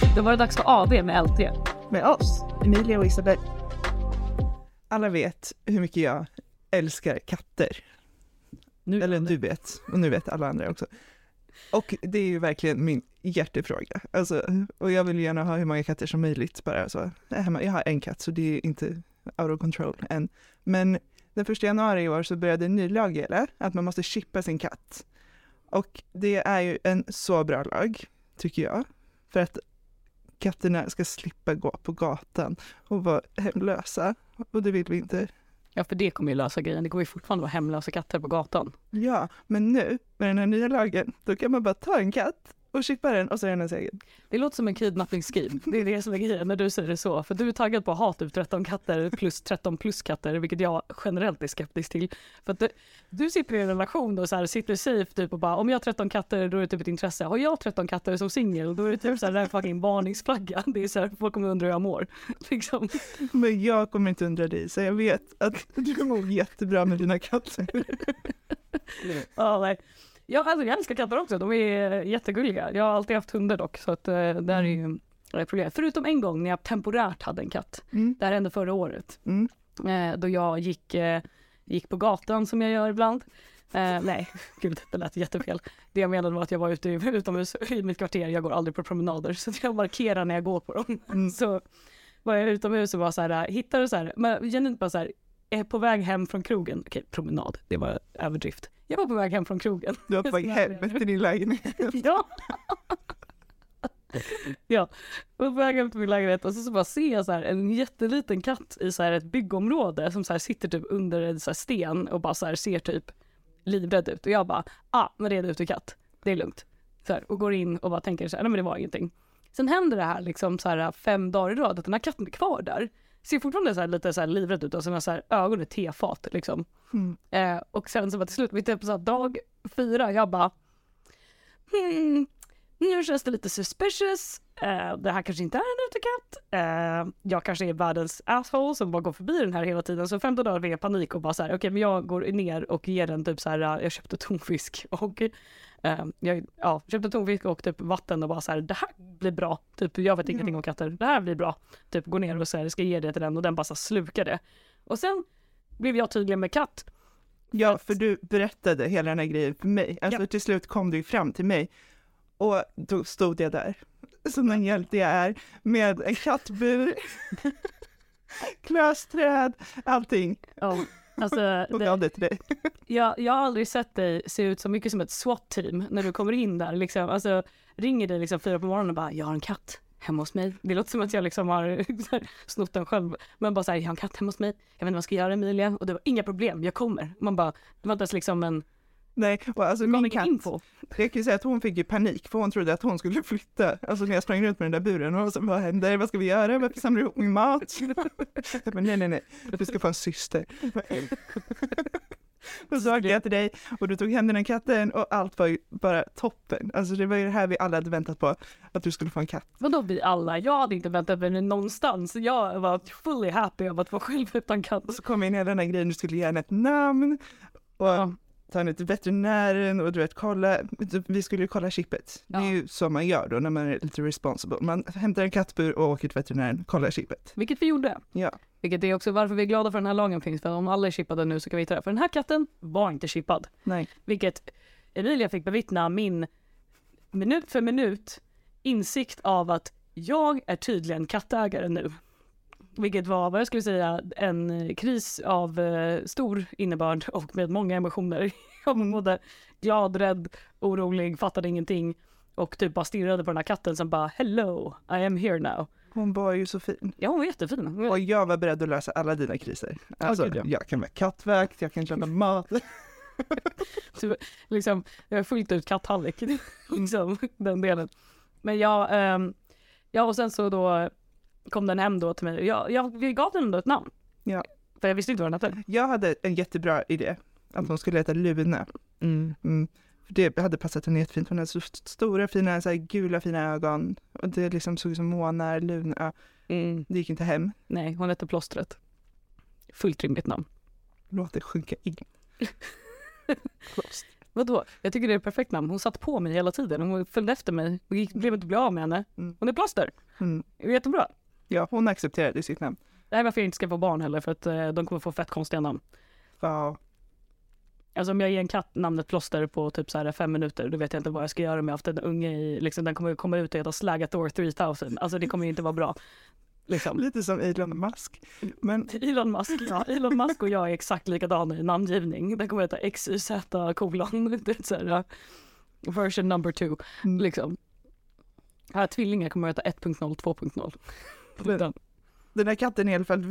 Då var det dags för AV med LT. Med oss, Emilia och Isabel. Alla vet hur mycket jag älskar katter. Eller du vet, och nu vet alla andra också. Och det är ju verkligen min hjärtefråga. Alltså, och jag vill gärna ha hur många katter som möjligt. Bara så. Jag har en katt så det är inte out of control än. Men den 1 januari i år så började en ny lag gälla att man måste chippa sin katt. Och det är ju en så bra lag, tycker jag. För att katterna ska slippa gå på gatan och vara hemlösa. Och det vill vi inte. Ja, för det kommer ju lösa grejen. Det kommer ju fortfarande vara hemlösa katter på gatan. Ja, men nu med den här nya lagen, då kan man bara ta en katt och chippa den och så är den ens egen. Det låter som en kidnappningsscheme. Det är det som är grejen när du säger det så. För du är taggad på att ha typ 13 katter plus 13 plus katter, vilket jag generellt är skeptisk till. För att du sitter i en relation och så här, sitter safe typ och bara, om jag har 13 katter då är det typ ett intresse. Har jag 13 katter som singel då är det typ så här, en fucking varningsflagga. Det är så här, folk kommer undra hur jag mår. Liksom. Men jag kommer inte undra dig, så jag vet att du mår jättebra med dina katter. Ja, nej. Ja, alltså jag älskar katter också. De är jättegulliga. Jag har alltid haft hundar dock, så att det där är ju ett problem. Förutom en gång när jag temporärt hade en katt. Det här hände förra året. Då jag gick på gatan som jag gör ibland. Nej, gud, det lät jättefel. Det jag menade var att jag var utomhus i mitt kvarter. Jag går aldrig på promenader, så jag markerar när jag går på dem. Så var jag utomhus och var så här, hittade så här, men genuint bara så här, är på väg hem från krogen. Okej, promenad, det var överdrift. Jag var på väg hem från krogen. Du var på väg hem till din lägenhet. Ja. Ja, jag var på väg hem till min lägenhet och så bara ser jag så här en jätteliten katt i så här ett byggområde som så här sitter typ under en så här sten och bara så här ser typ livrädd ut. Och jag bara, men det är en utekatt. Det är lugnt. Så här, och går in och bara tänker så här, nej men det var ingenting. Sen händer det här liksom så här 5 dagar i rad att den här katten är kvar där. Ser fortfarande så här, lite så här livrädd ut och sina så här ögon är tefat liksom. Och sen så var till slut, mitt på så här, dag 4, jag bara nu känns det lite suspicious. Det här kanske inte är en utekatt. Jag kanske är världens asshole som bara går förbi den här hela tiden. Så 15 dagar var jag panik och bara så här, okej, men jag går ner och ger den typ så här, jag köpte tonfisk och jag köpte tonfisk och typ vatten och bara så här, det här blir bra. Typ, jag vet ingenting om katter. Det här blir bra. Typ går ner och så här, ska ge det till den och den bara så slukar det. Och sen blev jag tydlig med katt. Ja, för du berättade hela den här grejen för mig. Alltså till slut kom du fram till mig. Och då stod jag där, som en hjälte jag är, med en kattbur, klösträd, allting. Ja, alltså, och gav det till dig. Jag har aldrig sett dig se ut så mycket som ett SWAT-team när du kommer in där. Liksom. Alltså, ringer dig liksom 4 på morgonen och bara, jag har en katt hemma hos mig. Det låter som att jag liksom har snott den själv. Men bara så här, jag har en katt hemma hos mig. Jag vet inte vad jag ska göra, Emilia. Och det var inga problem, jag kommer. Man bara, det var inte ens liksom en... Nej, och alltså min katt, jag kan ju säga att hon fick ju panik för hon trodde att hon skulle flytta. Alltså när jag sprang runt med den där buren och så, vad händer? Vad ska vi göra? Varför samlar du ihop min mat? Men nej, du ska få en syster. Då sa jag till dig och du tog hem den här katten och allt var ju bara toppen. Alltså det var ju det här vi alla hade väntat på, att du skulle få en katt. Vadå vi alla? Jag hade inte väntat på den någonstans. Jag var fully happy av att vara själv utan katt. Och så kom in hela den här grejen, du skulle ge henne ett namn och ta henne till veterinären och du vet, vi skulle ju kolla chippet. Det är ju så man gör då när man är lite responsible. Man hämtar en kattbur och åker till veterinären, kollar chippet. Vilket vi gjorde. Ja. Vilket är också varför vi är glada för den här lagen finns. För om alla är chippade nu så kan vi hitta det. För den här katten var inte chippad. Nej. Vilket Emilia fick bevittna min minut för minut insikt av att jag är tydligen kattägare nu. Vilket var, vad jag skulle säga, en kris av stor innebörd och med många emotioner. Jag var både glad, rädd, orolig, fattade ingenting och typ bara stirrade på den här katten som bara, hello, I am here now. Hon var ju så fin. Ja, hon var jättefin. Och jag var beredd att lösa alla dina kriser. Alltså, jag kan vara kattväkt, jag kan köpa mat. Så, liksom, jag har fullt ut katthallrik, liksom, den delen. Men ja, och sen så då kom den hem då till mig. Vi gav den ändå ett namn. Ja. För jag visste inte vad den hette. Jag hade en jättebra idé. Att hon skulle heta Luna. För det hade passat henne jättefint. Hon hade så stora, fina, så här, gula, fina ögon. Och det liksom såg som månar, Luna. Det gick inte hem. Nej, hon hette Plåstret. Fullt rimligt namn. Låt det sjunka in. Plåstret. Vadå? Jag tycker det är ett perfekt namn. Hon satt på mig hela tiden. Hon följde efter mig och blev inte bli av med henne. Hon är plåster. Det är jättebra. Ja, hon accepterade sitt namn. Det här är varför jag inte ska få barn heller, för att de kommer få fett konstiga namn. Wow. Alltså om jag ger en katt namnet plåster på typ så här 5 minuter, då vet jag inte vad jag ska göra med efter en unge i, liksom, den kommer komma ut och heta Slagathor 3000. Alltså det kommer ju inte vara bra. Liksom. Lite som Elon Musk. Men... Elon Musk och jag är exakt likadana i namngivning. Den kommer heta XYZ kolon. Det är så här, version number 2. Liksom. Här tvillingar kommer heta 1.0, 2.0. Den här katten i alla fall,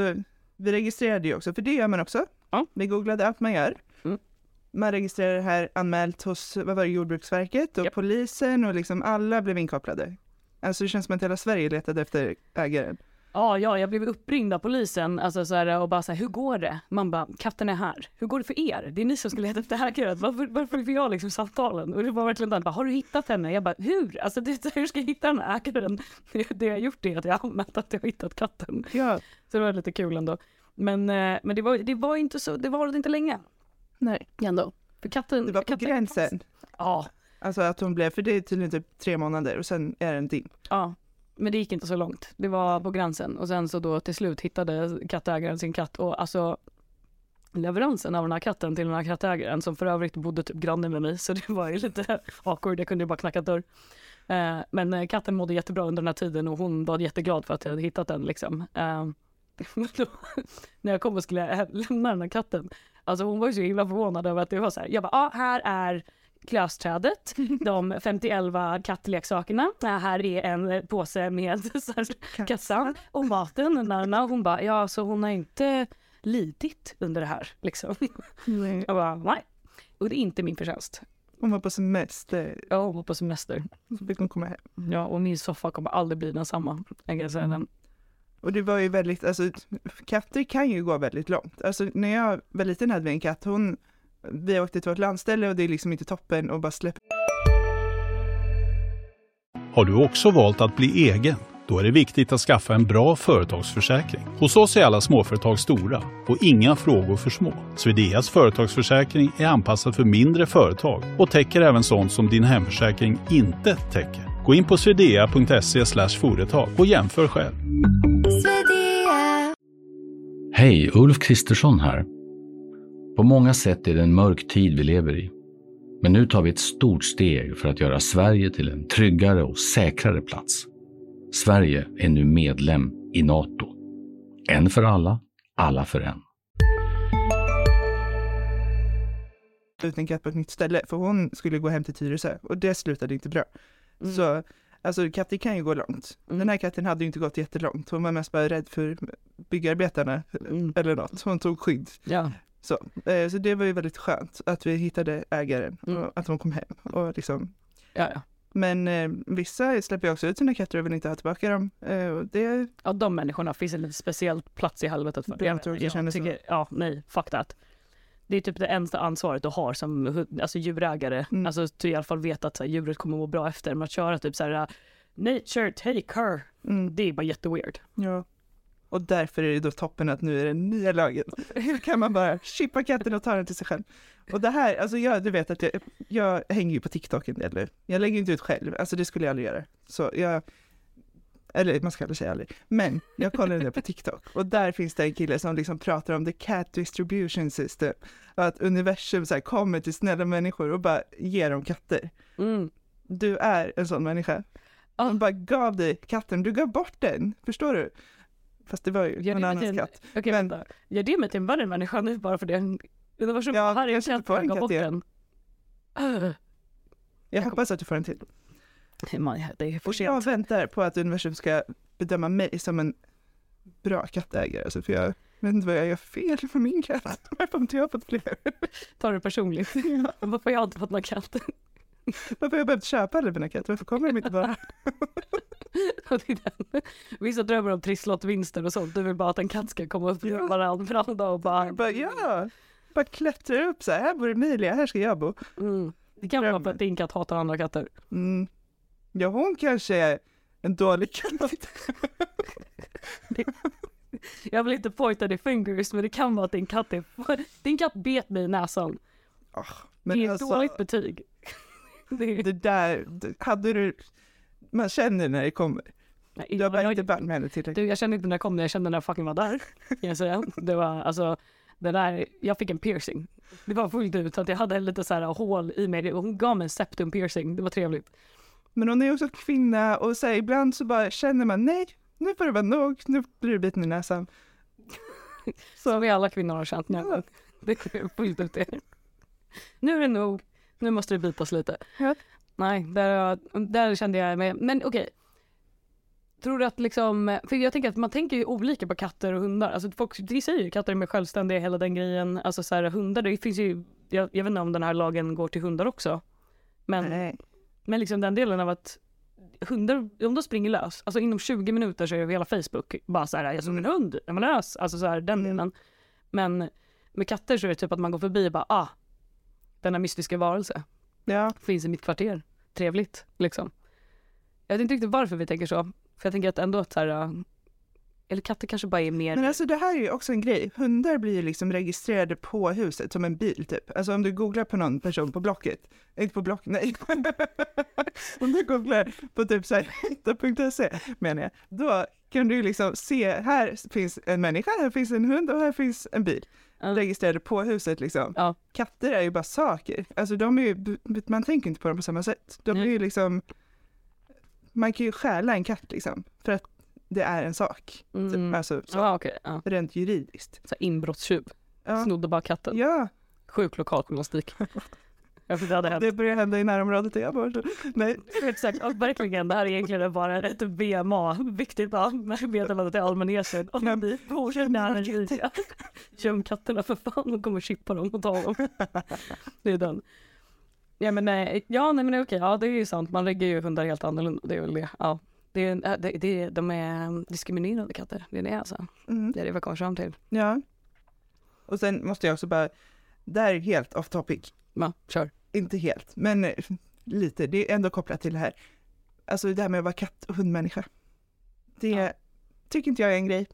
vi registrerade ju också, för det gör man också. Ja. Vi googlade allt man gör. Man registrerar det här anmält hos Jordbruksverket och polisen och liksom alla blev inkopplade. Alltså det känns som att hela Sverige letade efter ägaren. Ja, jag blev uppringd av polisen alltså så här, och bara så här, hur går det? Man bara, katten är här. Hur går det för er? Det är ni som ska leta efter ägaren. Varför får jag liksom samtalen? Och det var verkligen den, har du hittat henne? Jag bara, hur? Alltså hur ska jag hitta den här ägaren? Det jag har gjort är att jag har anmält att jag har hittat katten. Ja. Så det var lite kul ändå. Men det var inte så, det var inte länge. Nej. Ändå. För katten... Det var på gränsen. Ja. Alltså att hon blev, för det är tydligen typ 3 månader och sen är den din. Ja, men det gick inte så långt. Det var på gränsen. Och sen så då till slut hittade kattägaren sin katt. Och alltså leveransen av den här katten till den här kattägaren, som för övrigt bodde typ granne med mig. Så det var ju lite awkward, jag kunde ju bara knacka dörr. Men katten mådde jättebra under den här tiden och hon var jätteglad för att jag hade hittat den liksom. Då, när jag kom och skulle lämna den här katten, alltså hon var ju så himla förvånad över att det var så här. Jag bara, här är klösträdet, de 50-11 kattleksakerna, här är en påse med kassan och maten. Hon bara, ja så hon har inte lidit under det här liksom. Jag bara, nej, och det är inte min förtjänst. Hon var på semester. Ja, hon var på semester. Så fick hon komma hem. Ja, och min soffa kommer aldrig bli densamma. Jag kan säga den. Och det var ju väldigt, alltså katter kan ju gå väldigt långt. Alltså när jag var liten hade vi en katt, vi åkte till vårt landställe och det är liksom inte toppen och bara släpper. Har du också valt att bli egen? Då är det viktigt att skaffa en bra företagsförsäkring. Hos oss är alla småföretag stora och inga frågor för små. Swedeas företagsförsäkring är anpassad för mindre företag och täcker även sånt som din hemförsäkring inte täcker. Gå in på swedea.se/företag och jämför själv. Hej, Ulf Kristersson här. På många sätt är det en mörk tid vi lever i. Men nu tar vi ett stort steg för att göra Sverige till en tryggare och säkrare plats. Sverige är nu medlem i NATO. En för alla, alla för en. Ut en katt på ett nytt ställe, för hon skulle gå hem till Tyresö och det slutade inte bra. Så alltså katter kan ju gå långt. Den här katten hade ju inte gått jättelångt. Hon var mest bara rädd för byggarbetarna eller något. Hon tog skydd. Ja. Så det var ju väldigt skönt att vi hittade ägaren och att hon kom hem. Och liksom. Ja. Men vissa släpper också ut sina katter och vill inte ha tillbaka dem. Ja, de människorna finns en lite speciell plats i helvetet för. Nej, fuck that. Det är typ det enda ansvaret du har som djurägare. Alltså du i alla fall vet att djuret kommer må bra efter. Men att köra typ så här nature, take her. Det är bara jätteweird. Ja. Och därför är det då toppen att nu är den nya lagen. Hur kan man bara chippa katten och ta den till sig själv? Och det här, alltså du vet att jag hänger ju på TikTok en del nu. Jag lägger inte ut själv, alltså det skulle jag aldrig göra. Så eller man ska aldrig säga aldrig. Men jag kollade det på TikTok och där finns det en kille som liksom pratar om the cat distribution system. Att universum så här kommer till snälla människor och bara ger dem katter. Du är en sån människa. Han bara gav dig katten, du gav bort den, förstår du? Fast det var ju en annan katt. Okej, vänta. Gör det mig till en värre människa nu bara för det? Universum har en katt och gav bort den. Jag hoppas att du får en till. Det är för sent. Jag väntar på att universum ska bedöma mig som en bra kattägare. Alltså för jag vet inte vad jag gör fel för min katt. Varför har inte jag fått fler? Tar det personligt? Ja. Varför har jag inte fått någon katt? Varför har jag behövt köpa alla mina katter? Varför kommer de inte bara? Vissa drömmer om trisslottvinster och sånt. Du vill bara att en katt ska komma upp varandra och bara bara klättra upp så här bor Emilia, här ska jag bo. Det kan vara för att din katt hatar andra katter. Ja, hon kanske är en dålig katt. Jag vill inte pointa the fingers, men det kan vara att din katt bet mig i näsan. Men det är ett dåligt betyg. Det där, hade du... Man känner när det kommer. Nej, du har bara inte varit med henne tillräckligt. Jag kände inte när det kom, när jag kände när jag fucking var där. Jag säga. Det var alltså... Det där, jag fick en piercing. Det var fullt ut så att jag hade lite så här hål i mig. Hon gav mig en septum piercing. Det var trevligt. Men hon är också kvinna och så här, ibland så bara känner man nej, nu får det vara nog. Nu blir det biten i näsan. Så vi alla kvinnor har känt nu. Ja. Det är fullt ut det. Nu är det nog. Nu måste det bitas lite. Ja. Nej, där kände jag mig. Men okej. Tror du att liksom, för jag tänker att man tänker ju olika på katter och hundar. Alltså folk, de säger ju katter är mer självständiga, hela den grejen. Alltså så här, hundar, det finns ju, jag vet inte om den här lagen går till hundar också. Men liksom den delen av att hundar, om de springer lös, alltså inom 20 minuter så är det hela Facebook bara så här, jag såg en hund, är man lös? Alltså så här, den delen. Men med katter så är det typ att man går förbi och bara, den här mystiska varelse. Ja. Finns i mitt kvarter. Trevligt, liksom. Jag vet inte riktigt varför vi tänker så. För jag tänker att ändå att så här, eller katter kanske bara är mer... Men alltså det här är ju också en grej. Hundar blir ju liksom registrerade på huset som en bil typ. Alltså om du googlar på någon person på Blocket. Inte på Blocket, nej. Om du googlar på typ så här hitta.se menar jag. Då kan du liksom se, här finns en människa, här finns en hund och här finns en bil. Registrerade på huset liksom. Ja. Katter är ju bara saker. Alltså de är ju, man tänker inte på dem på samma sätt. De är ju liksom... Man kan ju stjäla en katt liksom, för att det är en sak. Alltså, rent juridiskt. Så inbrottstjuv. Snodde bara katten. Ja. Sjuk lokaljournalistik. Det börjar hända i närområdet. Nej. Exakt, och verkligen, det här är egentligen bara ett BMA. Viktigt meddelande till allmänheten. Om vi bor nära Julia. Göm katterna för fan och kommer chippa dem och ta dem. Det är den. Ja men nej, men okej, ja det är ju sant. Man lägger ju hundar helt annorlunda. Det är väl det. Ja. De är diskriminerade katter. Det är det alltså. Det är det vi kommer fram till. Ja. Och sen måste jag också bara, det här är helt off topic. Ja, kör. Inte helt, men lite. Det är ändå kopplat till det här. Alltså det här med att vara katt- och hundmänniska. Det tycker inte jag är en grej.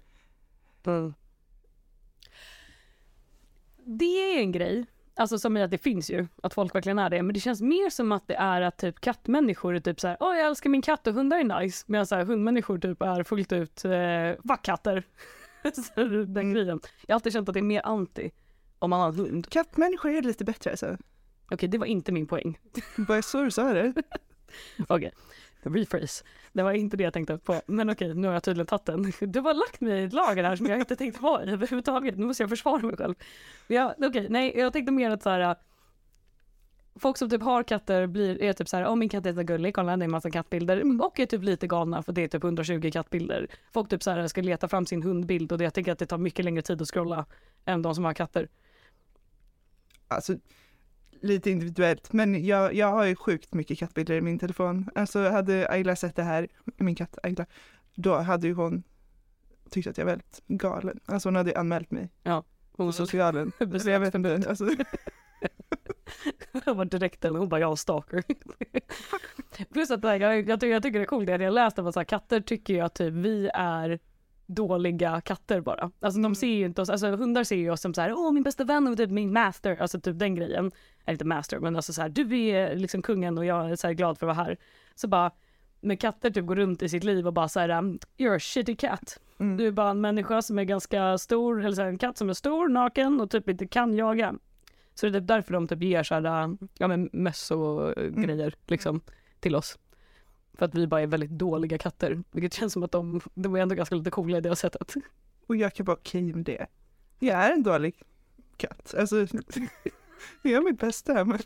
Det är en grej. Alltså som i att det finns ju, att folk verkligen är det. Men det känns mer som att det är att typ kattmänniskor är typ så här, jag älskar min katt och hundar är nice. Medan så här, hundmänniskor typ är fullt ut katter. Så den grejen. Jag har alltid känt att det är mer anti om man har en hund. Kattmänniskor är lite bättre alltså. Okej, det var inte min poäng. Bara så du sa det. Okej, rephrase. Det var inte det jag tänkte på. Men okej, nu har jag tydligen tagit den. Du har lagt mig i ett lager här som jag inte tänkt ha i överhuvudtaget. Nu måste jag försvara mig själv. Jag tänkte mer att så här, folk som typ har katter är typ så här, min katt är så gullig, kolla det är en massa kattbilder. Och är typ lite galna för det är typ 120 kattbilder. Folk typ så här ska leta fram sin hundbild och jag tänker att det tar mycket längre tid att scrolla än de som har katter. Alltså... Lite individuellt, men jag har ju sjukt mycket kattbilder i min telefon. Alltså hade Ayla sett det här, min katt Ayla, då hade ju hon tyckt att jag är väldigt galen. Alltså hon hade anmält mig på socialen. Så jag vet inte. Alltså. Jag var direkt den, hon bara, jag är stalker. Plus att jag tycker det är coolt, det jag läste var så här, katter tycker ju att typ, vi är dåliga katter bara. Alltså de ser ju inte oss, alltså hundar ser ju oss som så här, min bästa vän och typ min master, alltså typ den grejen. Eller inte master, men alltså så här, du är liksom kungen och jag är så här glad för att vara här. Så bara, med katter typ går runt i sitt liv och bara så här, you're a shitty cat. Du är bara en människa som är ganska stor, eller så här, en katt som är stor, naken och typ inte kan jaga. Så det är typ därför de typ ger så här, möss och grejer liksom till oss. För att vi bara är väldigt dåliga katter. Vilket känns som att de är ändå ganska lite coola i det sättet. Och jag kan bara med det. Jag är en dålig katt. Alltså, jag är mitt bästa. Men...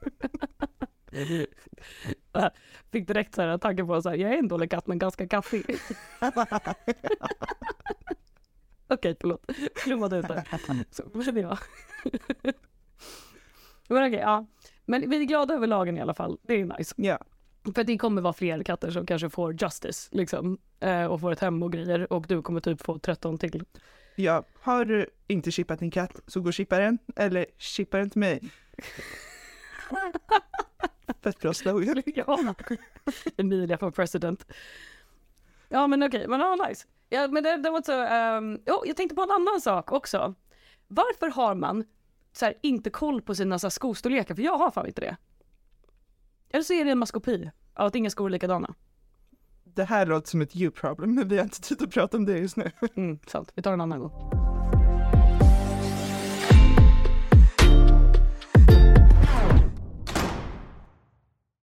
Fick direkt så här tanke på så här, jag är en dålig katt men ganska kattig. Okej, förlåt. Klummade ut där. Så, men ja. Men okej, ja. Men vi är glada över lagen i alla fall. Det är nice. Ja. För att det kommer vara fler katter som kanske får justice liksom, och får ett hem och grejer och du kommer typ få 13 till. Ja, har du inte chippat din katt så gå och chippa den eller chippa den till mig. Fett bra slogan. Ja, Emilia för president. Ja men okej, men nice. Ja, men det var så, jag tänkte på en annan sak också. Varför har man så här, inte koll på sina så här, skostorlekar, för jag har fan inte det. Eller så är det en maskopi av att inga skor är likadana. Det här låter som ett you-problem, men vi har inte tid att prata om det just nu. Sant, vi tar en annan gång.